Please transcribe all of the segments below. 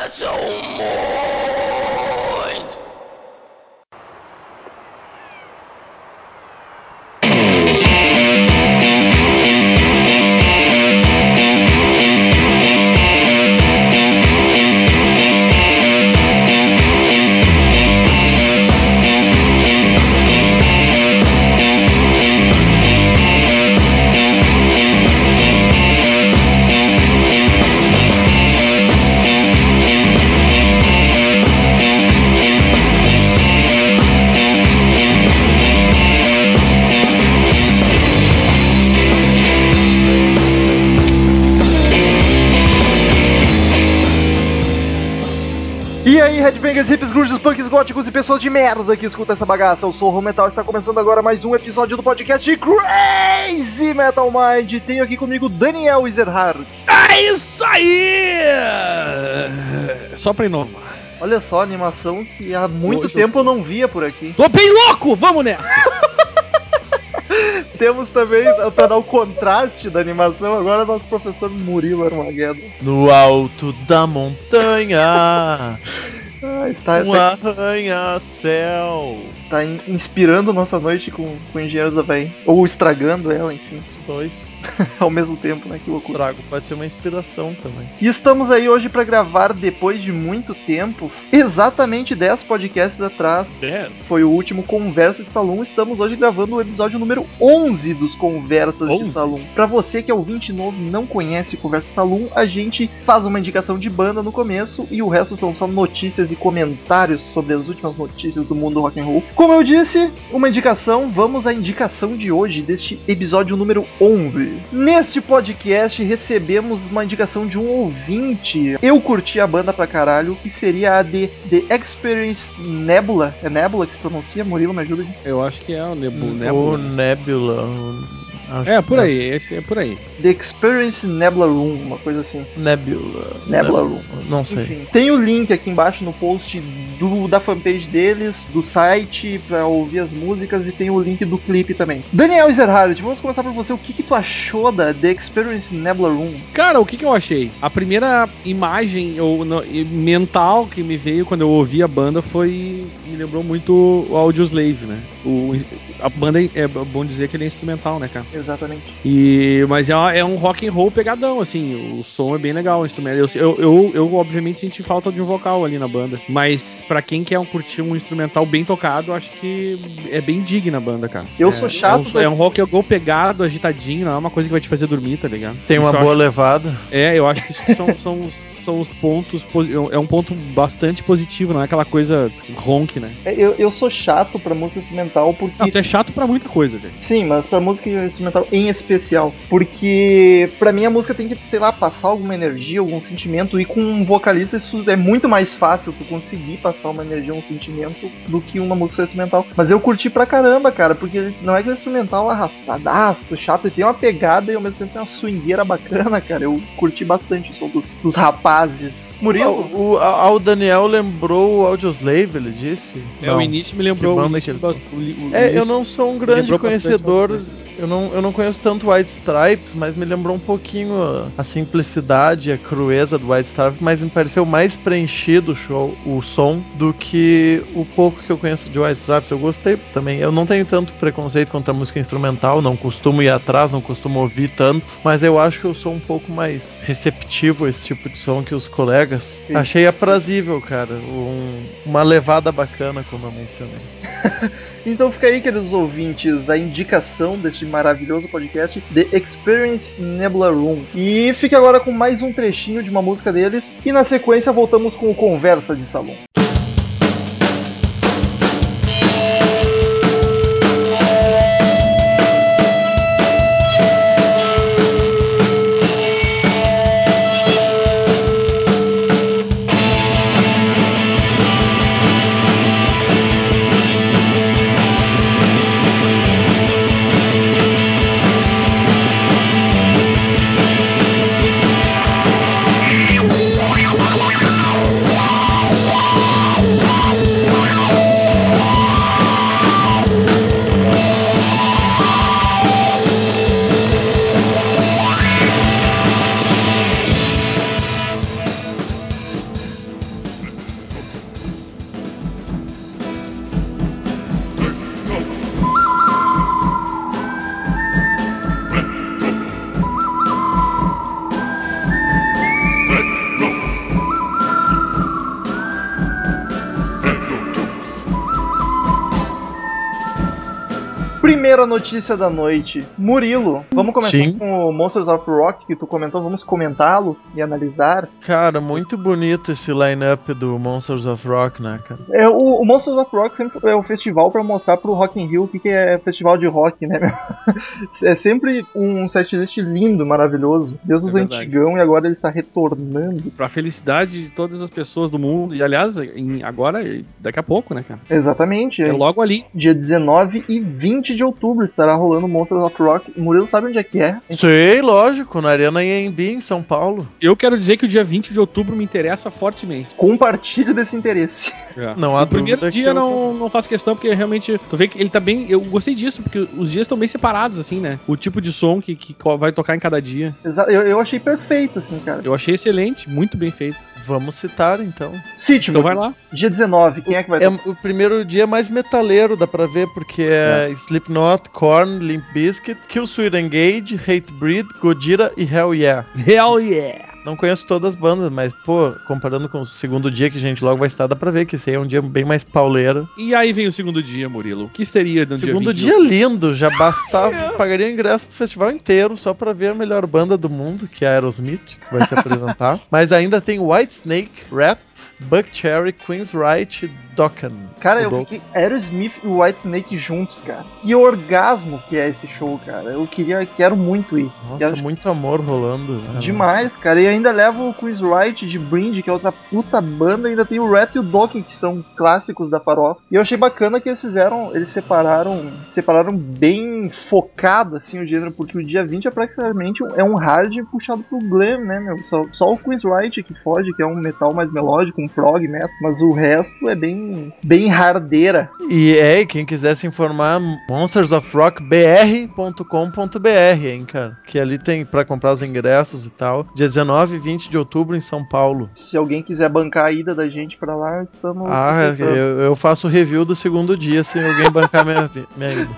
E aí, headbangers, hips, grunges, punks, góticos e pessoas de merda que escutam essa bagaça. Eu sou o Metal, está começando agora mais um episódio do podcast de Crazy Metal Mind. Tenho aqui comigo Daniel Ezerhard. É isso aí! Só pra inovar. Olha só, animação que há muito tempo eu não via por aqui. Tô bem louco! Vamos nessa! Temos também, para dar o contraste da animação, agora nosso professor Murilo Armageddon. No alto da montanha, um arranha-céu. Tá inspirando nossa noite com Engenheiros da Havaí. Ou estragando ela, enfim. Os dois. Ao mesmo tempo, né? Que O loucura. estrago pode ser uma inspiração também. E estamos aí hoje para gravar, depois de muito tempo, exatamente 10 podcasts atrás. 10? Foi o último Conversa de Salão. Estamos hoje gravando o episódio número 11 dos Conversas 11? de Salão. Para você que é ouvinte novo e não conhece Conversa de Salão, a gente faz uma indicação de banda no começo e o resto são só notícias e comentários sobre as últimas notícias do mundo do rock and roll. Como eu disse, uma indicação. Vamos à indicação de hoje, deste episódio número 11. Neste podcast recebemos uma indicação de um ouvinte. Eu curti a banda pra caralho, que seria a The Experience Nebula. É Nebula que se pronuncia? Murilo, me ajuda? Eu acho que é o Nebula. O Nebula. É, por aí, esse é por aí. The Experience Nebula Room, uma coisa assim. Nebula Room. Não sei. Enfim, tem o link aqui embaixo no post da fanpage deles, do site, pra ouvir as músicas, e tem o link do clipe também. Daniel Ezerhard, vamos começar por você. O que tu achou da The Experience Nebula Room? Cara, o que eu achei? A primeira imagem mental que me veio quando eu ouvi a banda me lembrou muito o Audioslave, né? A banda, é bom dizer que ele é instrumental, né, cara? Exatamente. Mas é um rock and roll pegadão, assim, o som é bem legal, o instrumento. Eu obviamente senti falta de um vocal ali na banda, mas pra quem quer curtir um instrumental bem tocado, acho que é bem digna a banda, cara. Eu sou chato. É um rock and roll pegado, agitadinho, não é uma coisa que vai te fazer dormir, tá ligado? Tem uma boa levada. Eu acho que isso são os pontos. É um ponto bastante positivo, não é aquela coisa ronque, né? Eu sou chato pra música instrumental porque. Não, tu é chato pra muita coisa, velho. Sim, mas pra música instrumental em especial. Porque pra mim a música tem que, sei lá, passar alguma energia, algum sentimento. E com um vocalista isso é muito mais fácil tu conseguir passar uma energia, um sentimento, do que uma música instrumental. Mas eu curti pra caramba, cara, porque não é que o instrumental arrastadaço, chato, e tem uma pegada e ao mesmo tempo tem uma swingueira bacana, cara. Eu curti bastante o som dos rapazes. Murilo? O Daniel lembrou o Audioslave, ele disse? O início me lembrou eu não sou um grande conhecedor. Eu não conheço tanto White Stripes, mas me lembrou um pouquinho a simplicidade, a crueza do White Stripes, mas me pareceu mais preenchido o som do que o pouco que eu conheço de White Stripes. Eu gostei também. Eu não tenho tanto preconceito contra a música instrumental, não costumo ir atrás, não costumo ouvir tanto, mas eu acho que eu sou um pouco mais receptivo a esse tipo de som que os colegas. Sim. Achei aprazível, cara. Uma levada bacana, como eu mencionei. Então fica aí, queridos ouvintes, a indicação deste maravilhoso podcast, The Experience Nebula Room. E fica agora com mais um trechinho de uma música deles, e na sequência voltamos com o Conversa de Salão. Primeira notícia da noite. Murilo, vamos começar com o Monsters of Rock, que tu comentou, vamos comentá-lo e analisar? Cara, muito bonito esse line-up do Monsters of Rock, né, cara? O Monsters of Rock sempre é um festival pra mostrar pro Rock in Rio o que é festival de rock, né, meu? É sempre um setlist lindo, maravilhoso, desde os antigão, e agora ele está retornando. Pra felicidade de todas as pessoas do mundo, e aliás, agora, daqui a pouco, né, cara? Exatamente. É logo ali. Dia 19 e 20 de outubro estará rolando Monsters of Rock. O Murilo sabe onde é que é? Sei, lógico, na Arena AMB em São Paulo. Eu quero dizer que o dia 20 de outubro me interessa fortemente. Compartilhe desse interesse. Não há o primeiro dia não faço questão, porque realmente tu vê que ele tá bem. Eu gostei disso, porque os dias estão bem separados, assim, né? O tipo de som que vai tocar em cada dia. Eu achei perfeito, assim, cara. Eu achei excelente, muito bem feito. Vamos citar, então. Cite, então vai lá. Dia 19, quem é que vai tocar? O primeiro dia mais metaleiro, dá pra ver, porque é Slipknot, Korn, Limp Bizkit, Killswitch Engage, Hatebreed, Gojira e Hell Yeah. Hell Yeah! Não conheço todas as bandas, mas, pô, comparando com o segundo dia que a gente logo vai estar, dá pra ver que esse aí é um dia bem mais pauleiro. E aí vem o segundo dia, Murilo. O que seria no dia 20? Segundo dia lindo, já bastava, pagaria o ingresso do festival inteiro só pra ver a melhor banda do mundo, que é a Aerosmith, que vai se apresentar. Mas ainda tem Whitesnake, Rat, Buckcherry, Queensryche e Dokken. Cara, eu fiquei Aerosmith e Whitesnake juntos, cara. Que orgasmo que é esse show, cara. Eu quero muito ir. Nossa, muito amor rolando. Demais, cara. E ainda leva o Queensryche de Brinde, que é outra puta banda. Ainda tem o Rat e o Dokken, que são clássicos da farofa. E eu achei bacana que eles separaram bem focado, assim, o gênero, porque o dia 20 é praticamente um hard puxado pro glam, né, meu? Só o Queensryche que foge, que é um metal mais melódico, um prog metal, mas o resto é bem hardeira. E quem quiser se informar, monstersofrockbr.com.br, hein, cara? Que ali tem pra comprar os ingressos e tal. Dia 19 e 20 de outubro em São Paulo. Se alguém quiser bancar a ida da gente pra lá, estamos... eu faço review do segundo dia se alguém bancar minha ida.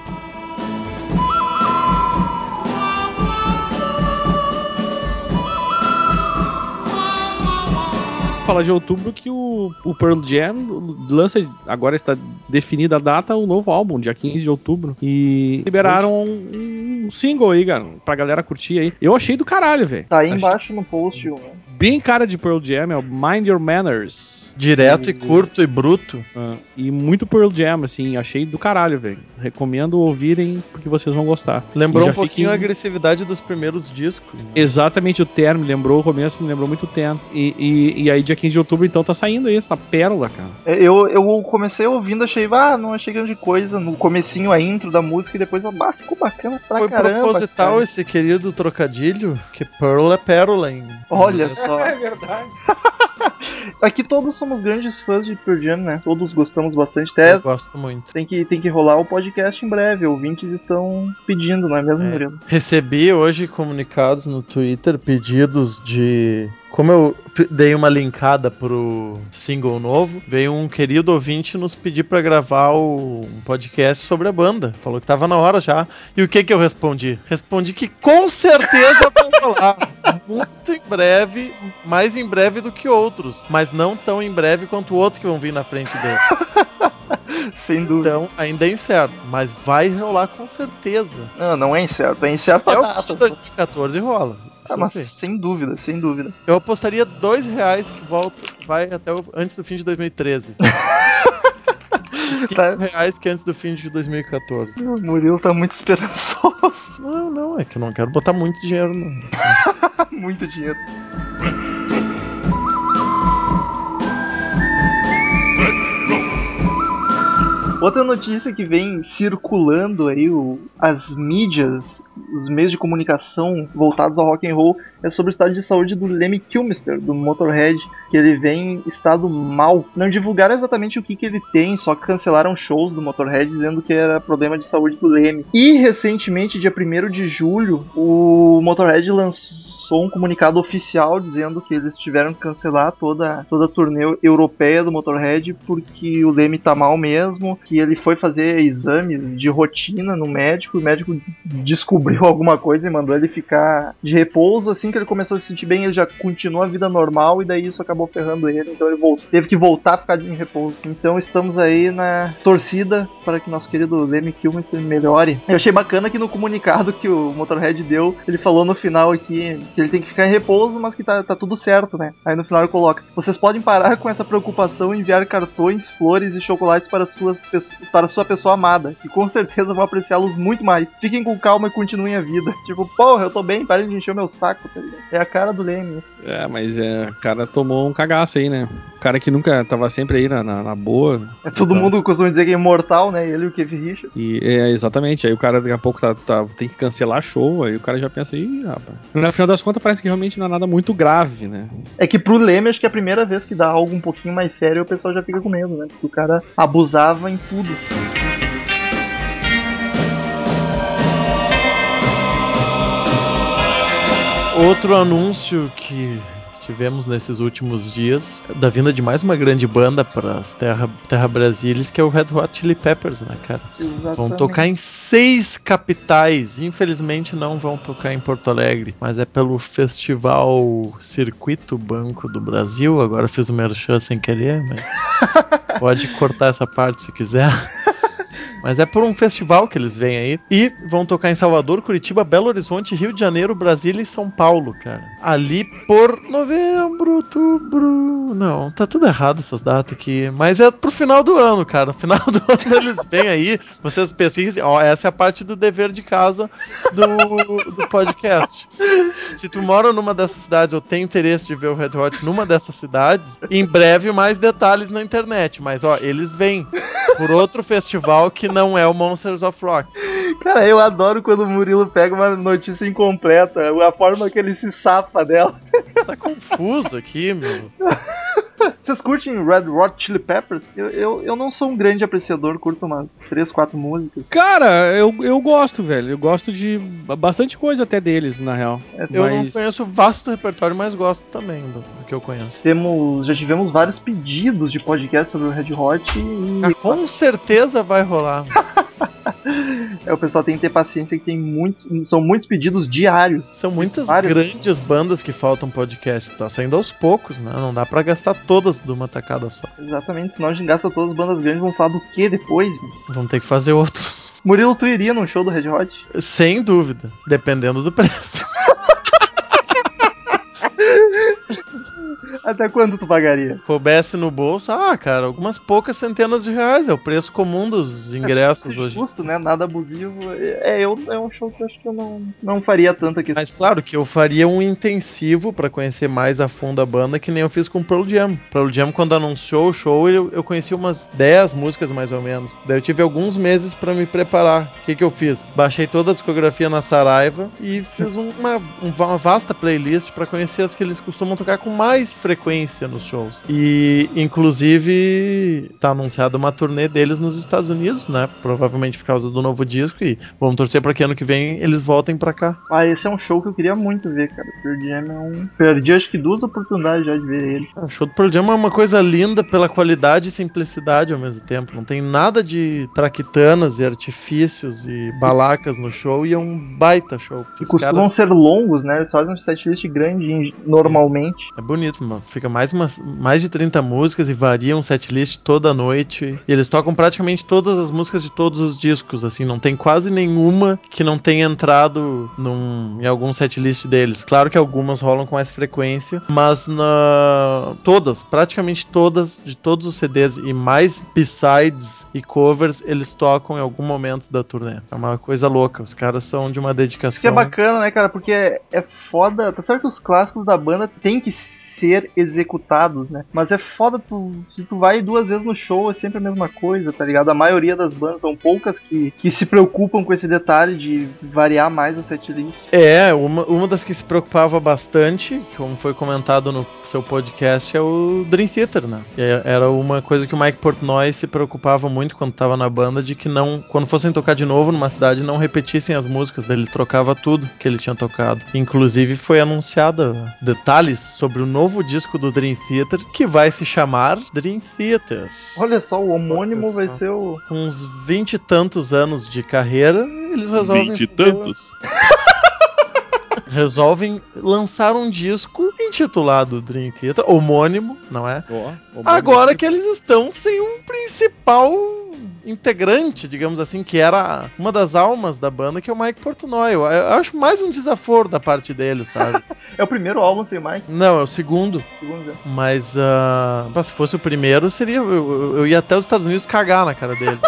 Falar de outubro que o Pearl Jam lança, agora está definida a data, o novo álbum, dia 15 de outubro. E liberaram um single aí, cara, pra galera curtir aí. Eu achei do caralho, velho. Tá aí embaixo no post, bem cara de Pearl Jam, é o Mind Your Manners. Direto e curto e bruto. E muito Pearl Jam, assim, achei do caralho, velho. Recomendo ouvirem, porque vocês vão gostar. Lembrou um pouquinho a agressividade dos primeiros discos. Né? Exatamente, o Ten, me lembrou o começo, me lembrou muito o Ten. E aí, dia 15 de outubro, então, tá saindo isso, tá pérola, cara. Eu comecei ouvindo, achei, não achei grande coisa. No comecinho, a intro da música, e depois, ficou bacana pra Foi caramba. Foi proposital, cara. Esse querido trocadilho, que Pearl é pérola, hein? Olha só. É verdade. Aqui todos somos grandes fãs de Pearl Jam, né? Todos gostamos bastante. Eu gosto muito. Tem que rolar o podcast em breve. Ouvintes estão pedindo, não é mesmo, Murilo? Recebi hoje comunicados no Twitter, pedidos de... Como eu dei uma linkada pro single novo, veio um querido ouvinte nos pedir pra gravar um podcast sobre a banda. Falou que tava na hora já. E o que eu respondi? Respondi que com certeza vão rolar. Muito em breve, mais em breve do que outros. Mas não tão em breve quanto outros que vão vir na frente dele. Sem dúvida. Então, ainda é incerto, mas vai rolar com certeza. Não é incerto, é incerto a data. 2014 rola. Mas sem dúvida. Eu apostaria R$2 que vai até antes do fim de 2013. R$5 que é antes do fim de 2014. O Murilo tá muito esperançoso. Não, é que eu não quero botar muito dinheiro, não. Muito dinheiro. Outra notícia que vem circulando aí, as mídias, os meios de comunicação voltados ao rock and roll, é sobre o estado de saúde do Lemmy Kilmister, do Motorhead, que ele vem em estado mal. Não divulgaram exatamente o que ele tem, só cancelaram shows do Motorhead dizendo que era problema de saúde do Lemmy. E recentemente, dia 1º de julho, o Motorhead lançou lançou um comunicado oficial dizendo que eles tiveram que cancelar toda a turnê europeia do Motorhead porque o Lemmy tá mal mesmo, que ele foi fazer exames de rotina no médico, o médico descobriu alguma coisa e mandou ele ficar de repouso. Assim que ele começou a se sentir bem, ele já continuou a vida normal e daí isso acabou ferrando ele, então ele teve que voltar a ficar em repouso. Então estamos aí na torcida para que nosso querido Lemmy Kilmister melhore. Eu achei bacana que no comunicado que o Motorhead deu, ele falou no final aqui que ele tem que ficar em repouso, mas que tá tudo certo, né? Aí no final ele coloca: vocês podem parar com essa preocupação e enviar cartões, flores e chocolates para sua pessoa amada, que com certeza vão apreciá-los muito mais. Fiquem com calma e continuem a vida. Tipo, porra, eu tô bem, parem de encher o meu saco, tá ligado? É a cara do Lemmy isso. Mas o cara tomou um cagaço aí, né? O cara que nunca tava sempre aí na boa. Todo mundo costuma dizer que é imortal, né? Ele e o Keith Richards. Exatamente. Aí o cara daqui a pouco tem que cancelar show, aí o cara já pensa, rapaz. No final das contas parece que realmente não é nada muito grave, né? É que pro Lemmy, acho que é a primeira vez que dá algo um pouquinho mais sério, o pessoal já fica com medo, né? Porque o cara abusava em tudo. Outro anúncio que tivemos nesses últimos dias, da vinda de mais uma grande banda para as Terra Brasilis, que é o Red Hot Chili Peppers, né, cara? Exatamente. Vão tocar em 6 capitais, infelizmente não vão tocar em Porto Alegre, mas é pelo Festival Circuito Banco do Brasil. Agora fiz o merchan sem querer, mas pode cortar essa parte se quiser. Mas é por um festival que eles vêm aí. E vão tocar em Salvador, Curitiba, Belo Horizonte, Rio de Janeiro, Brasília e São Paulo, cara. Ali por novembro, outubro... Não, tá tudo errado essas datas aqui. Mas é pro final do ano, cara. No final do ano eles vêm aí. Vocês pesquisem. Ó, essa é a parte do dever de casa do podcast. Se tu mora numa dessas cidades ou tem interesse de ver o Red Hot numa dessas cidades, em breve mais detalhes na internet. Mas, ó, eles vêm por outro festival que não é o Monsters of Rock. Cara, eu adoro quando o Murilo pega uma notícia incompleta, a forma que ele se safa dela. Tá confuso aqui, meu. Vocês curtem Red Hot Chili Peppers? Eu não sou um grande apreciador, curto umas 3, 4 músicas. Cara, eu gosto, velho. Eu gosto de bastante coisa até deles, na real. Eu não conheço o vasto repertório, mas gosto também do que eu conheço. Já tivemos vários pedidos de podcast sobre o Red Hot e... com certeza vai rolar. O pessoal tem que ter paciência, que são muitos pedidos diários. São muitas grandes bandas que faltam podcast. Tá saindo aos poucos, né? Não dá pra gastar todas de uma tacada só. Exatamente, senão a gente gasta todas as bandas grandes. Vão falar do que depois? Vamos ter que fazer outros. Murilo, tu iria num show do Red Hot? Sem dúvida, dependendo do preço. Até quanto tu pagaria? Coubesse no bolso, cara, algumas poucas centenas de reais. É o preço comum dos ingressos hoje. Justo, né? Nada abusivo. É um show que eu acho que eu não faria tanta questão. Mas claro que eu faria um intensivo pra conhecer mais a fundo a banda, que nem eu fiz com o Pearl Jam. Pearl Jam, quando anunciou o show, eu conheci umas 10 músicas mais ou menos. Daí eu tive alguns meses pra me preparar. O que eu fiz? Baixei toda a discografia na Saraiva e fiz uma vasta playlist pra conhecer as que eles costumam tocar com mais frequência nos shows. E, inclusive, tá anunciada uma turnê deles nos Estados Unidos, né? Provavelmente por causa do novo disco. E vamos torcer pra que ano que vem eles voltem pra cá. Esse é um show que eu queria muito ver, cara. Pearl Jam perdi acho que 2 oportunidades já de ver eles. O show do Pearl Jam é uma coisa linda pela qualidade e simplicidade ao mesmo tempo. Não tem nada de traquitanas e artifícios e balacas no show. E é um baita show. E costumam ser longos, né? Eles fazem um setlist grande normalmente. É bonito, mano. Fica mais de 30 músicas e varia um setlist toda noite. E eles tocam praticamente todas as músicas de todos os discos, assim. Não tem quase nenhuma que não tenha entrado em algum setlist deles. Claro que algumas rolam com mais frequência, mas praticamente todas, de todos os CDs e mais B-sides e covers, eles tocam em algum momento da turnê. É uma coisa louca. Os caras são de uma dedicação. Isso que é bacana, né, cara? Porque é foda. Tá certo que os clássicos da banda tem que ser executados, né? Mas é foda, se tu vai 2 vezes no show, é sempre a mesma coisa, tá ligado? A maioria das bandas, são poucas que se preocupam com esse detalhe de variar mais o setlist. Uma das que se preocupava bastante, como foi comentado no seu podcast, é o Dream Theater, né? Era uma coisa que o Mike Portnoy se preocupava muito quando tava na banda, de que não, quando fossem tocar de novo numa cidade, não repetissem as músicas dele, ele trocava tudo que ele tinha tocado. Inclusive foi anunciado detalhes sobre o novo disco do Dream Theater, que vai se chamar Dream Theater. Olha só, o homônimo vai ser o... Uns 20 e tantos anos de carreira, eles resolvem 20 e tantos? Resolvem lançar um disco intitulado Dream Theater, homônimo, não é? Agora que eles estão sem um principal integrante, digamos assim, que era uma das almas da banda, que é o Mike Portnoy. Eu acho mais um desaforo da parte dele, sabe? É o primeiro álbum sem o Mike? Não, é o segundo. Mas se fosse o primeiro, seria eu ia até os Estados Unidos cagar na cara dele.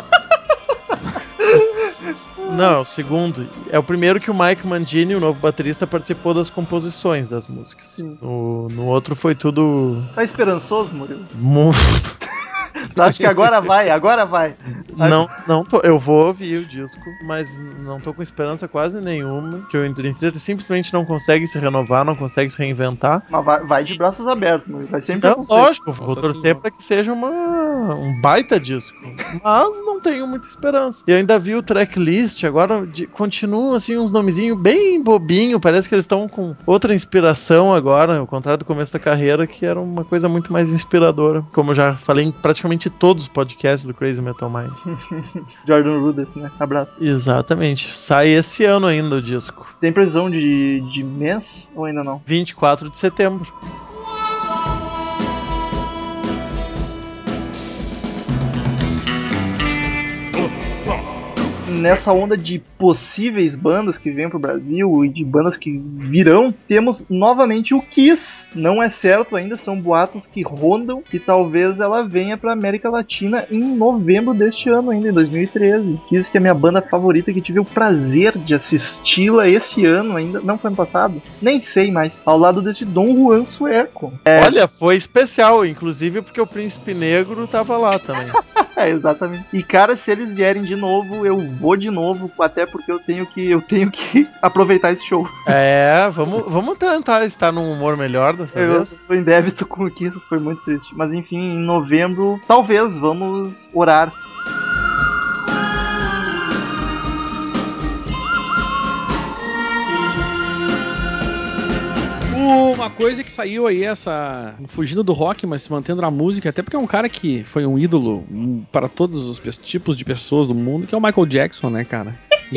Não, é o segundo. É o primeiro que o Mike Mangini, o novo baterista, participou das composições das músicas. Sim. No outro foi tudo... Tá esperançoso, Murilo? Muito. Acho que agora vai. Não tô, eu vou ouvir o disco, mas não tô com esperança quase nenhuma, que o Dream Theater simplesmente não consegue se renovar, não consegue se reinventar. Mas vai de braços abertos, Murilo. Vai sempre acontecer. Lógico, vou torcer pra que seja um baita disco, mas não tenho muita esperança. Eu ainda vi o tracklist, agora continua assim uns nomezinhos bem bobinho, parece que eles estão com outra inspiração agora, ao contrário do começo da carreira, que era uma coisa muito mais inspiradora, como eu já falei em praticamente todos os podcasts do Crazy Metal Mind. Jordan Rudess, né? Abraço. Exatamente. Sai esse ano ainda o disco. Tem previsão de mês ou ainda não? 24 de setembro. Nessa onda de possíveis bandas que vêm pro Brasil e de bandas que virão, temos novamente o Kiss. Não é certo ainda, são boatos que rondam e talvez ela venha pra América Latina em novembro deste ano ainda, em 2013. Kiss, que é a minha banda favorita, que tive o prazer de assisti-la esse ano ainda, não foi ano passado? Nem sei mais. Ao lado desse Dom Juan Sueco. Olha, foi especial, inclusive porque o Príncipe Negro tava lá também. Exatamente. E cara, se eles vierem de novo, eu vou de novo, até porque eu tenho que aproveitar esse show. Vamos tentar estar num humor melhor dessa vez. Eu tô em débito com o Kiss, foi muito triste. Mas enfim, em novembro, talvez vamos orar. Uma coisa que saiu aí, fugindo do rock, mas se mantendo na música, até porque é um cara que foi um ídolo para todos os tipos de pessoas do mundo, que é o Michael Jackson, né, cara?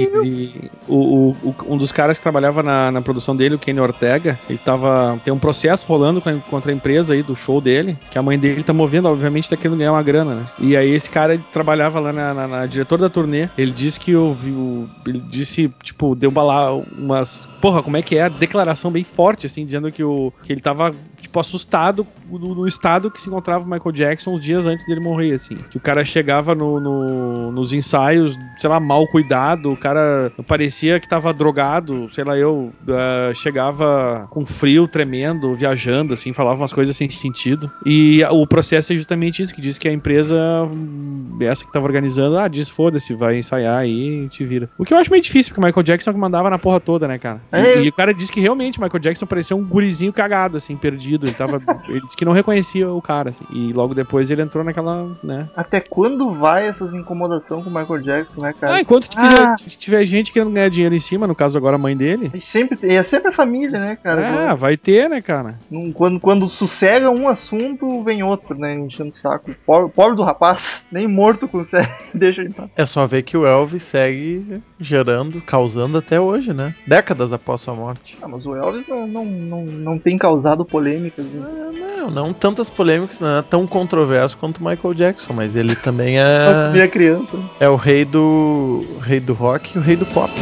Um dos caras que trabalhava na produção dele, o Kenny Ortega, tem um processo rolando contra a empresa aí do show dele, que a mãe dele tá movendo, obviamente tá querendo ganhar uma grana, né? E aí esse cara trabalhava lá na diretora da turnê, ele disse que ele disse, tipo, deu lá umas, como é que é? Declaração bem forte, assim, dizendo que ele tava, tipo, assustado no estado que se encontrava o Michael Jackson uns dias antes dele morrer, assim. Que o cara chegava nos ensaios, sei lá, mal cuidado, o cara parecia que tava drogado, sei lá, chegava com frio, tremendo, viajando, assim, falava umas coisas sem sentido. E o processo é justamente isso, que diz que a empresa, essa que tava organizando, diz, foda-se, vai ensaiar aí e te vira. O que eu acho meio difícil, porque o Michael Jackson é que mandava na porra toda, né, cara? E o cara disse que realmente o Michael Jackson parecia um gurizinho cagado, assim, perdido. Ele disse que não reconhecia o cara, assim, e logo depois ele entrou naquela, né? Até quando vai essas incomodações com o Michael Jackson, né, cara? Enquanto tiver gente querendo ganhar dinheiro em cima, no caso agora a mãe dele. É sempre a família, né, cara? Vai ter, né, cara? Quando sossega um assunto, vem outro, né, enchendo o saco. Pobre do rapaz, nem morto consegue, deixa ele estar. É só ver que o Elvis segue causando até hoje, né? Décadas após sua morte. Mas o Elvis não tem causado polêmicas. Não tantas polêmicas, não é tão controverso quanto o Michael Jackson, mas ele também é... Minha criança. É o rei do rock e o rei do pop.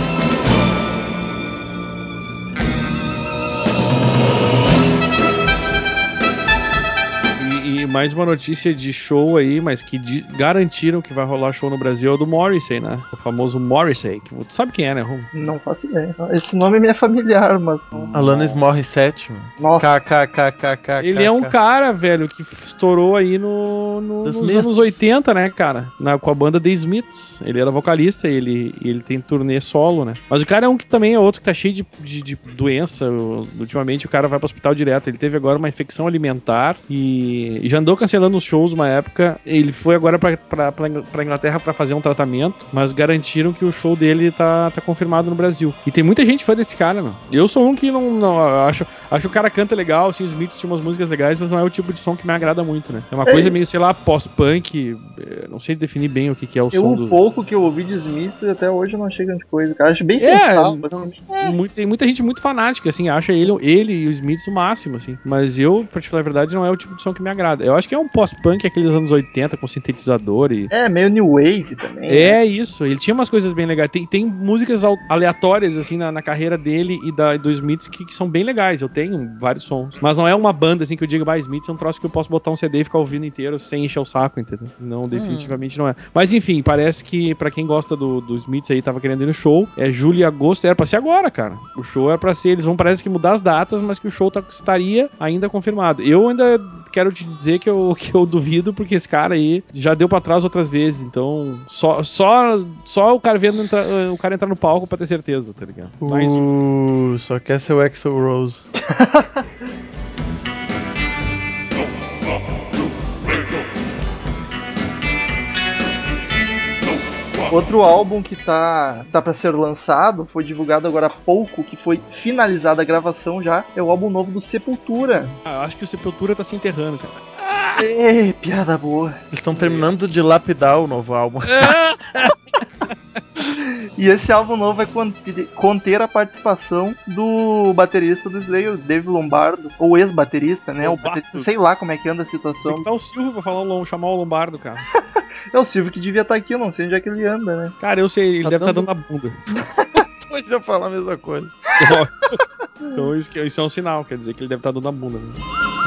E mais uma notícia de show aí, mas que garantiram que vai rolar show no Brasil é o do Morrissey, né? O famoso Morrissey. Que tu sabe quem é, né, Romo? Não faço ideia. Esse nome me é familiar, mas não... Alanis Morissette. Nossa. KKKKK. Ele é um cara, velho, que estourou aí nos anos 80, né, cara? Com a banda The Smiths. Ele era vocalista e ele tem turnê solo, né? Mas o cara é um que também é outro que tá cheio de doença. Ultimamente o cara vai pro hospital direto. Ele teve agora uma infecção alimentar e já andou cancelando os shows uma época. Ele foi agora pra Inglaterra pra fazer um tratamento, mas garantiram que o show dele tá confirmado no Brasil. E tem muita gente fã desse cara, meu. Eu sou um que não acho que o cara canta legal, assim, os Smiths tinham umas músicas legais, mas não é o tipo de som que me agrada muito, né? É uma coisa meio, sei lá, post-punk, não sei definir bem o que é o som do... O pouco que eu ouvi de Smiths até hoje eu não achei grande coisa, cara. Acho bem sensato, assim. Tem muita gente muito fanática, assim, acha ele e o Smiths o máximo, assim. Mas eu, pra te falar a verdade, não é o tipo de som que me agrada. Eu acho que é um post-punk aqueles anos 80 com sintetizador e... É, meio new wave também. É, isso. Ele tinha umas coisas bem legais. Tem músicas aleatórias, assim, na carreira dele e do Smiths que são bem legais. Eu tenho vários sons. Mas não é uma banda, assim, que eu digo, Smiths é um troço que eu posso botar um CD e ficar ouvindo inteiro sem encher o saco, entendeu? Não, definitivamente não é. Mas, enfim, parece que pra quem gosta do Smiths aí, tava querendo ir no show, é julho e agosto, era pra ser agora, cara. O show era pra ser, eles vão, parece que mudar as datas, mas que o show estaria ainda confirmado. Eu ainda quero te dizer que eu duvido, porque esse cara aí já deu pra trás outras vezes, então só o cara vendo o cara entrar no palco pra ter certeza, tá ligado? Só quer ser o Axl Rose. Outro álbum que tá pra ser lançado, foi divulgado agora há pouco, que foi finalizada a gravação já, é o álbum novo do Sepultura. Eu acho que o Sepultura tá se enterrando, cara. Ei, piada boa. Eles estão terminando de lapidar o novo álbum. E esse álbum novo vai conter a participação do baterista do Slayer, Dave Lombardo, ou ex-baterista, né? O baterista, sei lá como é que anda a situação. Tem que tá o Silvio pra chamar o Lombardo, cara. É o Silvio que devia estar aqui, eu não sei onde é que ele anda, né? Cara, eu sei, ele deve estar dando a bunda. Pois eu falar a mesma coisa. Então isso é um sinal, quer dizer que ele deve estar dando a bunda. Né?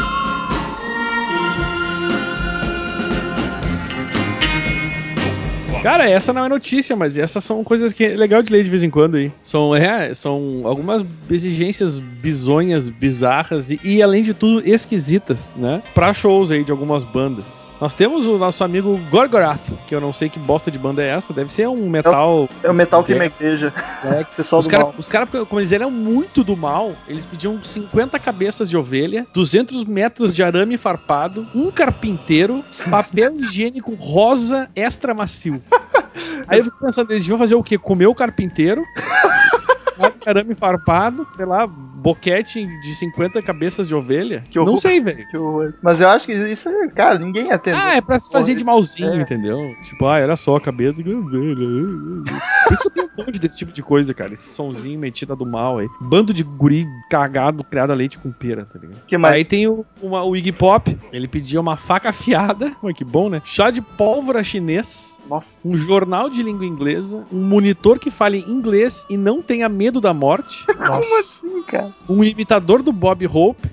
Cara, essa não é notícia, mas essas são coisas que é legal de ler de vez em quando aí. São algumas exigências bizonhas, bizarras e além de tudo, esquisitas, né? Pra shows aí de algumas bandas. Nós temos o nosso amigo Gorgorath, que eu não sei que bosta de banda é essa, deve ser um metal... É o metal que me igreja. É, pessoal do mal. Os caras, como eles eram muito do mal, eles pediam 50 cabeças de ovelha, 200 metros de arame farpado, um carpinteiro, papel higiênico rosa extra macio. Aí eu fico pensando, eles deviam fazer o quê? Comer o carpinteiro, arame farpado, sei lá, boquete de 50 cabeças de ovelha? Que horror. Não sei, velho. Que horror. Mas eu acho que isso é, cara, ninguém atende. É pra se fazer de malzinho, entendeu? Tipo, olha só, a cabeça de ovelha. Por isso que eu tenho um monte desse tipo de coisa, cara. Esse sonzinho metida do mal aí. Bando de guri cagado, criado a leite com pera, tá ligado? Que mais? Aí tem o Iggy Pop, ele pedia uma faca afiada, que bom, né? Chá de pólvora chinês. Nossa. Um jornal de língua inglesa, um monitor que fale inglês e não tenha medo da morte. Como assim, cara? Um imitador do Bob Hope.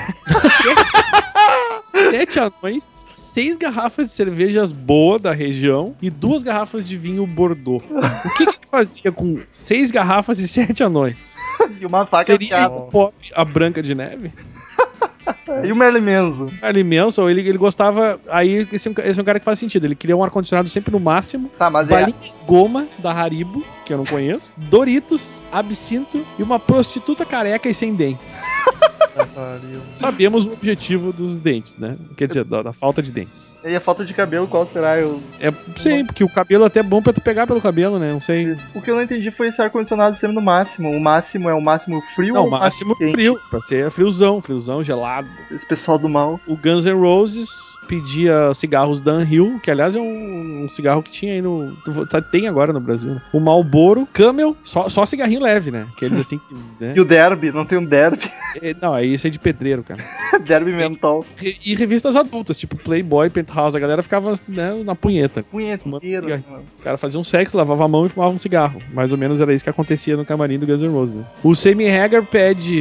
7 anões, 6 garrafas de cervejas boa da região e 2 garrafas de vinho Bordeaux. O que ele fazia com 6 garrafas e 7 anões? E uma faca Seria o Pop a Branca de Neve? E o Merlin Manson? Merlin Manson, ele gostava... Aí, esse é um cara que faz sentido. Ele queria um ar-condicionado sempre no máximo. Tá, mas balinhas goma da Haribo, que eu não conheço. Doritos, absinto e uma prostituta careca e sem dentes. Sabemos o objetivo dos dentes, né? Quer dizer, da falta de dentes. E a falta de cabelo, qual será? Sim, porque o cabelo até é bom pra tu pegar pelo cabelo, né? Não sei. O que eu não entendi foi esse ar-condicionado sempre no máximo. O máximo é o máximo frio não, ou o máximo frio? Pra ser friozão gelado. Esse pessoal do mal. O Guns N' Roses pedia cigarros Dunhill, que aliás é um cigarro que tinha aí tem agora no Brasil, né? O Marlboro, Camel, só cigarrinho leve, né? Aqueles assim que... Né? E o Derby, não tem um Derby? Não, aí isso é de pedreiro, cara. Derby mentol. E revistas adultas, tipo Playboy, Penthouse, a galera ficava, né, na punheta. Punheteiro. O cara fazia um sexo, lavava a mão e fumava um cigarro. Mais ou menos era isso que acontecia no camarim do Guns N' Roses, né? O Sammy Hagar pede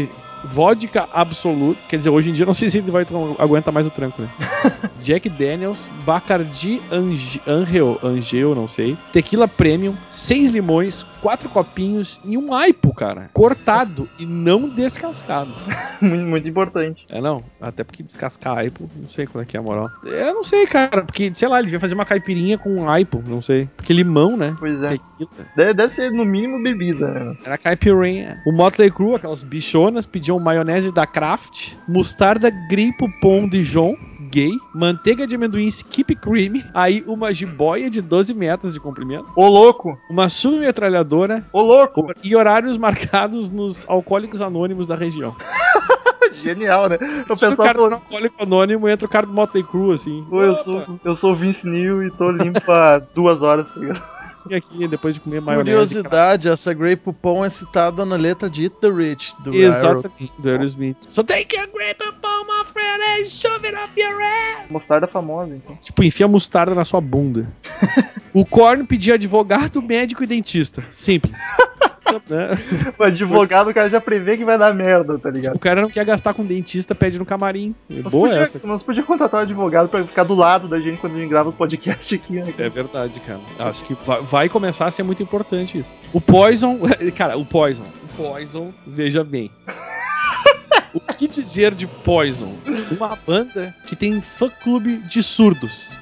vodka absoluto, quer dizer, hoje em dia não sei se ele vai aguentar mais o tranco, né? Jack Daniels, Bacardi Angel, não sei, tequila premium, 6 limões, 4 copinhos e um aipo, cara, cortado e não descascado. Muito, muito importante. Não, até porque descascar aipo, não sei qual é que é a moral. Eu não sei, cara, porque, sei lá, ele devia fazer uma caipirinha com aipo, não sei. Porque limão, né? Pois é. Tequila. Deve ser, no mínimo, bebida, né? Era caipirinha. O Motley Crue, aquelas bichonas, pediam maionese da Kraft, mostarda Gripo Pão Dijon, gay, manteiga de amendoim Skip Creamy, aí uma jiboia de 12 metros de comprimento. Ô, louco! Uma submetralhadora. Ô, louco! E horários marcados nos alcoólicos anônimos da região. Genial, né? Se o cara do alcoólico anônimo, entra o cara do Motley Crue, assim. Pô, eu sou o Vince Neil e tô limpo há 2 horas, tá ligado? E aqui, depois de comer maionese. Curiosidade, essa Grape Poupon é citada na letra de Eat the Rich, do Exatamente, do Aerosmith. So take a Grape Poupon, my friend, and shove it up your ass. Mostarda famosa, então. Tipo, enfia mostarda na sua bunda. O Korn pedia advogado, médico e dentista. Simples. O advogado, o cara já prevê que vai dar merda, tá ligado? O cara não quer gastar com dentista, pede no camarim. Boa essa. Nós podíamos contratar um advogado pra ficar do lado da gente quando a gente grava os podcasts aqui, né? É verdade, cara. Acho que vai começar a ser muito importante isso. O Poison, cara, o Poison, veja bem. O que dizer de Poison? Uma banda que tem fã-clube de surdos.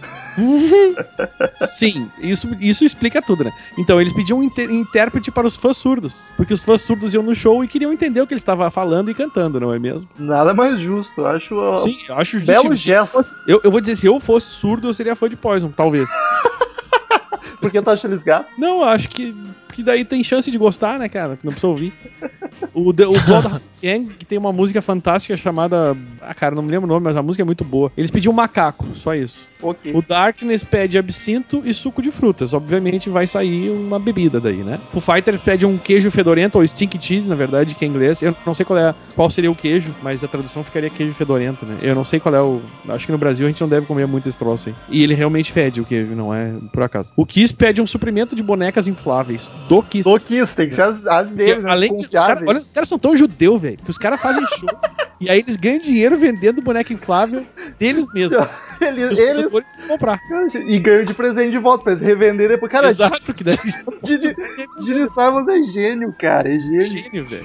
Sim, isso explica tudo, né? Então, eles pediam um intérprete para os fãs surdos, porque os fãs surdos iam no show e queriam entender o que ele estava falando e cantando, não é mesmo? Nada mais justo, eu acho. Sim, eu acho justo. Belo gesto. Eu vou dizer, se eu fosse surdo, eu seria fã de Poison, talvez. Porque tu acha eles gatos? Não, eu acho que daí tem chance de gostar, né, cara? Não precisa ouvir. O Blood Gang, que tem uma música fantástica chamada... cara, não me lembro o nome, mas a música é muito boa. Eles pediam macaco, só isso. Okay. O Darkness pede absinto e suco de frutas. Obviamente vai sair uma bebida daí, né? Foo Fighters pede um queijo fedorento, ou stink cheese, na verdade, que é em inglês. Eu não sei qual seria o queijo, mas a tradução ficaria queijo fedorento, né? Eu não sei qual é o... Acho que no Brasil a gente não deve comer muito esse troço aí. E ele realmente fede o queijo, não é por acaso. O Kiss pede um suprimento de bonecas infláveis. Do Kiss. Do Kiss, tem que ser as deles, né? Além de... Olha, os caras são tão judeu, velho, que os caras fazem show e aí eles ganham dinheiro vendendo boneca inflável deles mesmos. Eles vão comprar. E ganham de presente de volta pra eles revender depois. Cara, exato, que daí Gene Simons é gênio, cara. É gênio. Gênio, velho.